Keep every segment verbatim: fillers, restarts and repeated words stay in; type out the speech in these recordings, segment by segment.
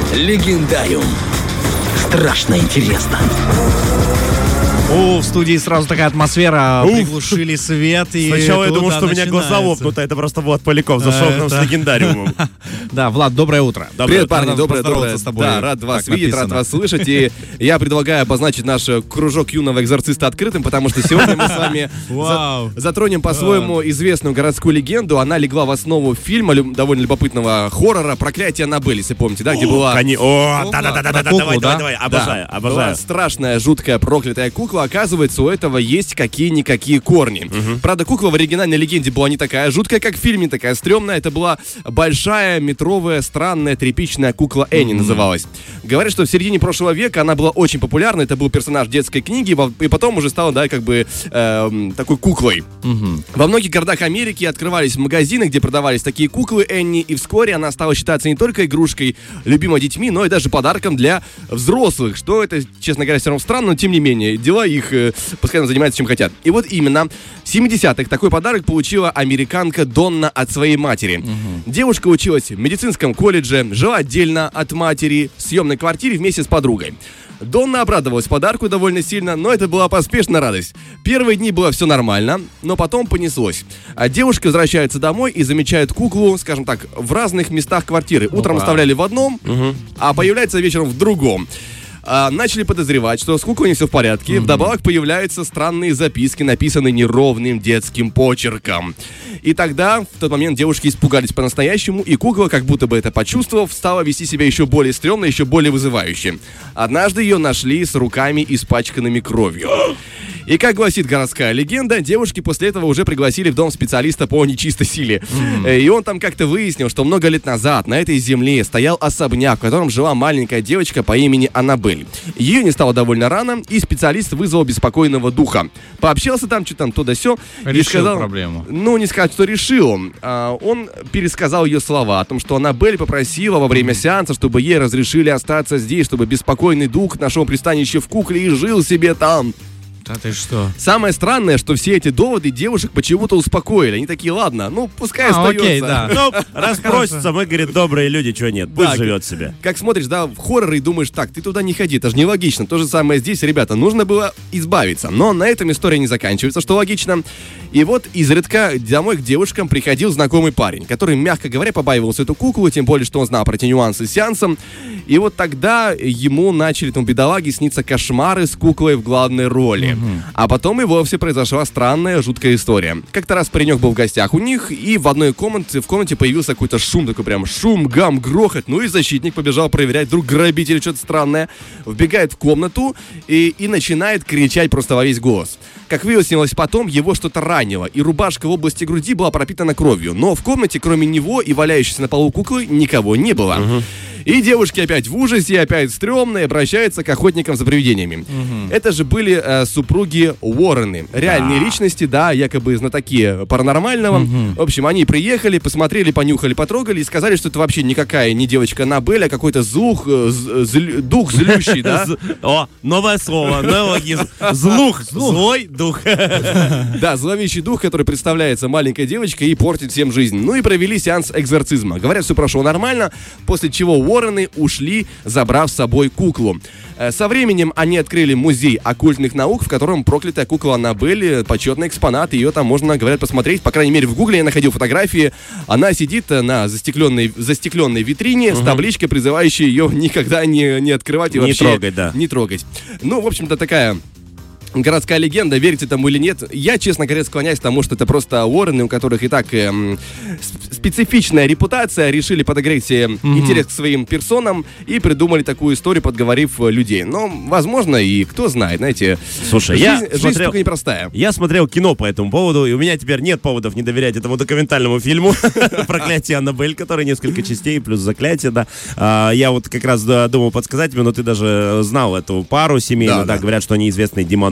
Легендариум. Страшно интересно. О, в студии сразу такая атмосфера, Уф. приглушили свет. И Сначала я тут, думал, да, что у меня глаза начинается. лопнут, а это просто Влад Поляков зашел к нам с Это- легендариумом. Да, доброе, доброе утро. Привет, парни, Надо доброе, поздороваться доброе. с тобой. Да, рад вас Так видеть, рад написано. вас слышать. И я предлагаю обозначить наш э, кружок юного экзорциста открытым, потому что сегодня мы с вами Вау. за- затронем по-своему известную городскую легенду. Она легла в основу фильма лю- довольно любопытного хоррора «Проклятие Аннабель», если помните, да, где была... Кони- О, Кукла? да-да-да-да, Про куклу, давай, да? давай, давай, Да, обожаю, была обожаю. страшная, жуткая, проклятая кукла. Оказывается, у этого есть какие-никакие корни. Правда, кукла в оригинальной легенде была не такая жуткая, как в фильме, такая стрёмная. Это была большая, метровая, странная, тряпичная кукла Энни называлась. Говорят, что в середине прошлого века она была очень популярна. Это был персонаж детской книги, во- и потом уже стала, да, как бы эм, такой куклой. Во многих городах Америки открывались магазины, где продавались такие куклы Энни, и вскоре она стала считаться не только игрушкой, любимой детьми, но и даже подарком для взрослых, что это, честно говоря, все равно странно, но тем не менее, дела их э, пускай занимаются чем хотят. И вот именно в семидесятых такой подарок получила американка Донна от своей матери. Девушка училась в медицинском колледже, жила отдельно от матери, в съемной квартире вместе с подругой. Донна обрадовалась подарку довольно сильно, но это была поспешная радость. Первые дни было все нормально, но потом понеслось. А девушка возвращается домой и замечает куклу, скажем так, в разных местах квартиры. Утром Опа. оставляли в одном, а появляется вечером в другом. А, начали подозревать, что с куклой не все в порядке. Вдобавок появляются странные записки, написанные неровным детским почерком. И тогда, в тот момент, девушки испугались по-настоящему, и кукла, как будто бы это почувствовав, стала вести себя еще более стрёмно, еще более вызывающе. Однажды ее нашли с руками, испачканными кровью. И как гласит городская легенда, девушки после этого уже пригласили в дом специалиста по нечистой силе. Э, И он там как-то выяснил, что много лет назад на этой земле стоял особняк, в котором жила маленькая девочка по имени Аннабель. Ее не стало довольно рано, и специалист вызвал беспокойного духа. Пообщался там, что там, то да сё. И Решил сказал, проблему. ну, не сказать, что решил. А, он пересказал ее слова о том, что Аннабель попросила во время сеанса, чтобы ей разрешили остаться здесь, чтобы беспокойный дух нашел пристанище в кукле и жил себе там. Да ты что? Самое странное, что все эти доводы девушек почему-то успокоили. Они такие, ладно, ну, пускай А, остается. окей, да. Ну, раз просится, мы, говорит, добрые люди, чего нет, пусть Да, живет себе. Как смотришь, да, в хорроры и думаешь, так, ты туда не ходи, это же нелогично. То же самое здесь, ребята, нужно было избавиться. Но на этом история не заканчивается, что логично. И вот изредка домой к девушкам приходил знакомый парень, который, мягко говоря, побаивался эту куклу, тем более, что он знал про эти нюансы с сеансом. И вот тогда ему начали, там, бедолаге, сниться кошмары с куклой в главной роли. А потом и вовсе произошла странная, жуткая история. Как-то раз паренек был в гостях у них, и в одной комнате, в комнате появился какой-то шум, такой прям шум, гам, грохот. Ну и защитник побежал проверять, вдруг грабитель что-то странное. Вбегает в комнату и, и начинает кричать просто во весь голос. Как выяснилось потом, его что-то ранило, и рубашка в области груди была пропитана кровью. Но в комнате, кроме него и валяющейся на полу куклы, никого не было. И девушки опять в ужасе, опять стрёмные, обращаются к охотникам за привидениями. Это же были э, супруги Уоррены. Реальные личности, да, якобы знатоки паранормального. В общем, они приехали, посмотрели, понюхали, потрогали и сказали, что это вообще никакая не девочка Аннабель, а какой-то злух, э, з- злю- дух злющий, да? З- О, новое слово, неологизм. Злух, злой дух. Да, зловещий дух, который представляется маленькой девочкой и портит всем жизнь. Ну и провели сеанс экзорцизма. Говорят, все прошло нормально, после чего Уоррены ушли, забрав с собой куклу. Э, Со временем они открыли музей оккультных наук, в котором проклятая кукла Аннабель, почетный экспонат. Ее там можно, говорят, посмотреть. По крайней мере, в гугле я находил фотографии. Она сидит э, на застекленной, застекленной витрине с табличкой, призывающей ее никогда не, не открывать и Не вообще трогать, да. не трогать. Ну, в общем-то, такая... городская легенда, верите тому или нет. Я, честно говоря, склоняюсь к тому, что это просто Уоррены, у которых и так эм, с- специфичная репутация, решили подогреть э, интерес к своим персонам и придумали такую историю, подговорив э, людей. Но, возможно, и кто знает, знаете, Слушай, жизнь, я жизнь смотрел- штука непростая. Я смотрел кино по этому поводу, и у меня теперь нет поводов не доверять этому документальному фильму «Проклятие Аннабель», который несколько частей, плюс заклятие, да. А, Я вот как раз да, думал подсказать тебе, но ты даже знал эту пару семейную, Да, да, да. говорят, что они известные демонологи,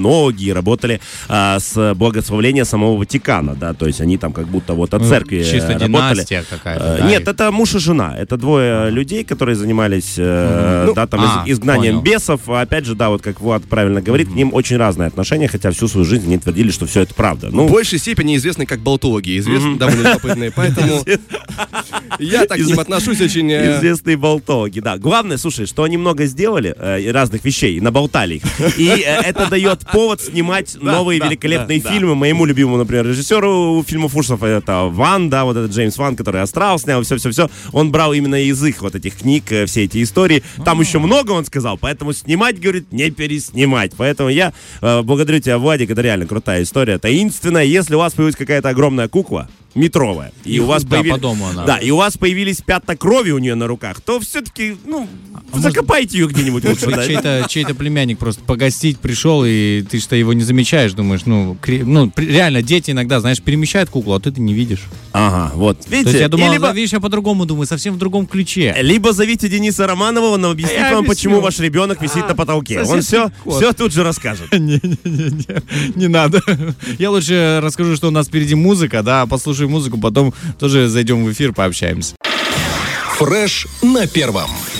многие работали а, с благословления самого Ватикана, да, то есть они там как будто вот от церкви ну, чисто работали. Династия какая-то. А, да, нет, их... это муж и жена, это двое людей, которые занимались, э, ну, да, там а, из, изгнанием понял. бесов. Опять же, да, вот как Влад правильно говорит, к ним очень разные отношения, хотя всю свою жизнь они твердили, что все это правда. Ну, В большей степени известны как болтологи, известны довольно любопытные, поэтому я так к ним отношусь очень... э, известные болтологи, да. Главное, слушай, что они много сделали э, разных вещей, и наболтали их. И э, это дает повод снимать новые да, великолепные да, фильмы. Моему любимому, например, режиссеру фильмов ужасов, это Ван, да, вот этот Джеймс Ван, который «Астрал» снял, все-все-все. Он брал именно из их вот этих книг э, все эти истории. Там еще много, он сказал, поэтому снимать, говорит, не переснимать. Поэтому я э, благодарю тебя, Владик, это реально крутая история, таинственная. Если у вас появилась какая-то огромная кукла, метровая, и, И у вас да, появи- по дому она. да, и у вас появились пятна крови у нее на руках, то все-таки, ну, А закопайте ее где-нибудь лучше. да. Чей-то, чей-то племянник просто погостить пришел, и ты что, его не замечаешь, думаешь, ну, кри- ну при- реально, дети иногда, знаешь, перемещают куклу, а ты это не видишь. Ага, вот. То Видите? есть я думал, И либо, видишь, я по-другому думаю, совсем в другом ключе. либо зовите Дениса Романова, он объяснит Я вам, объясню. почему ваш ребенок висит на потолке. Он соседский все, кот. все тут же расскажет. Не-не-не, не надо. Я лучше расскажу, что у нас впереди музыка, да, послушай музыку, потом тоже зайдем в эфир, пообщаемся. Фреш на первом.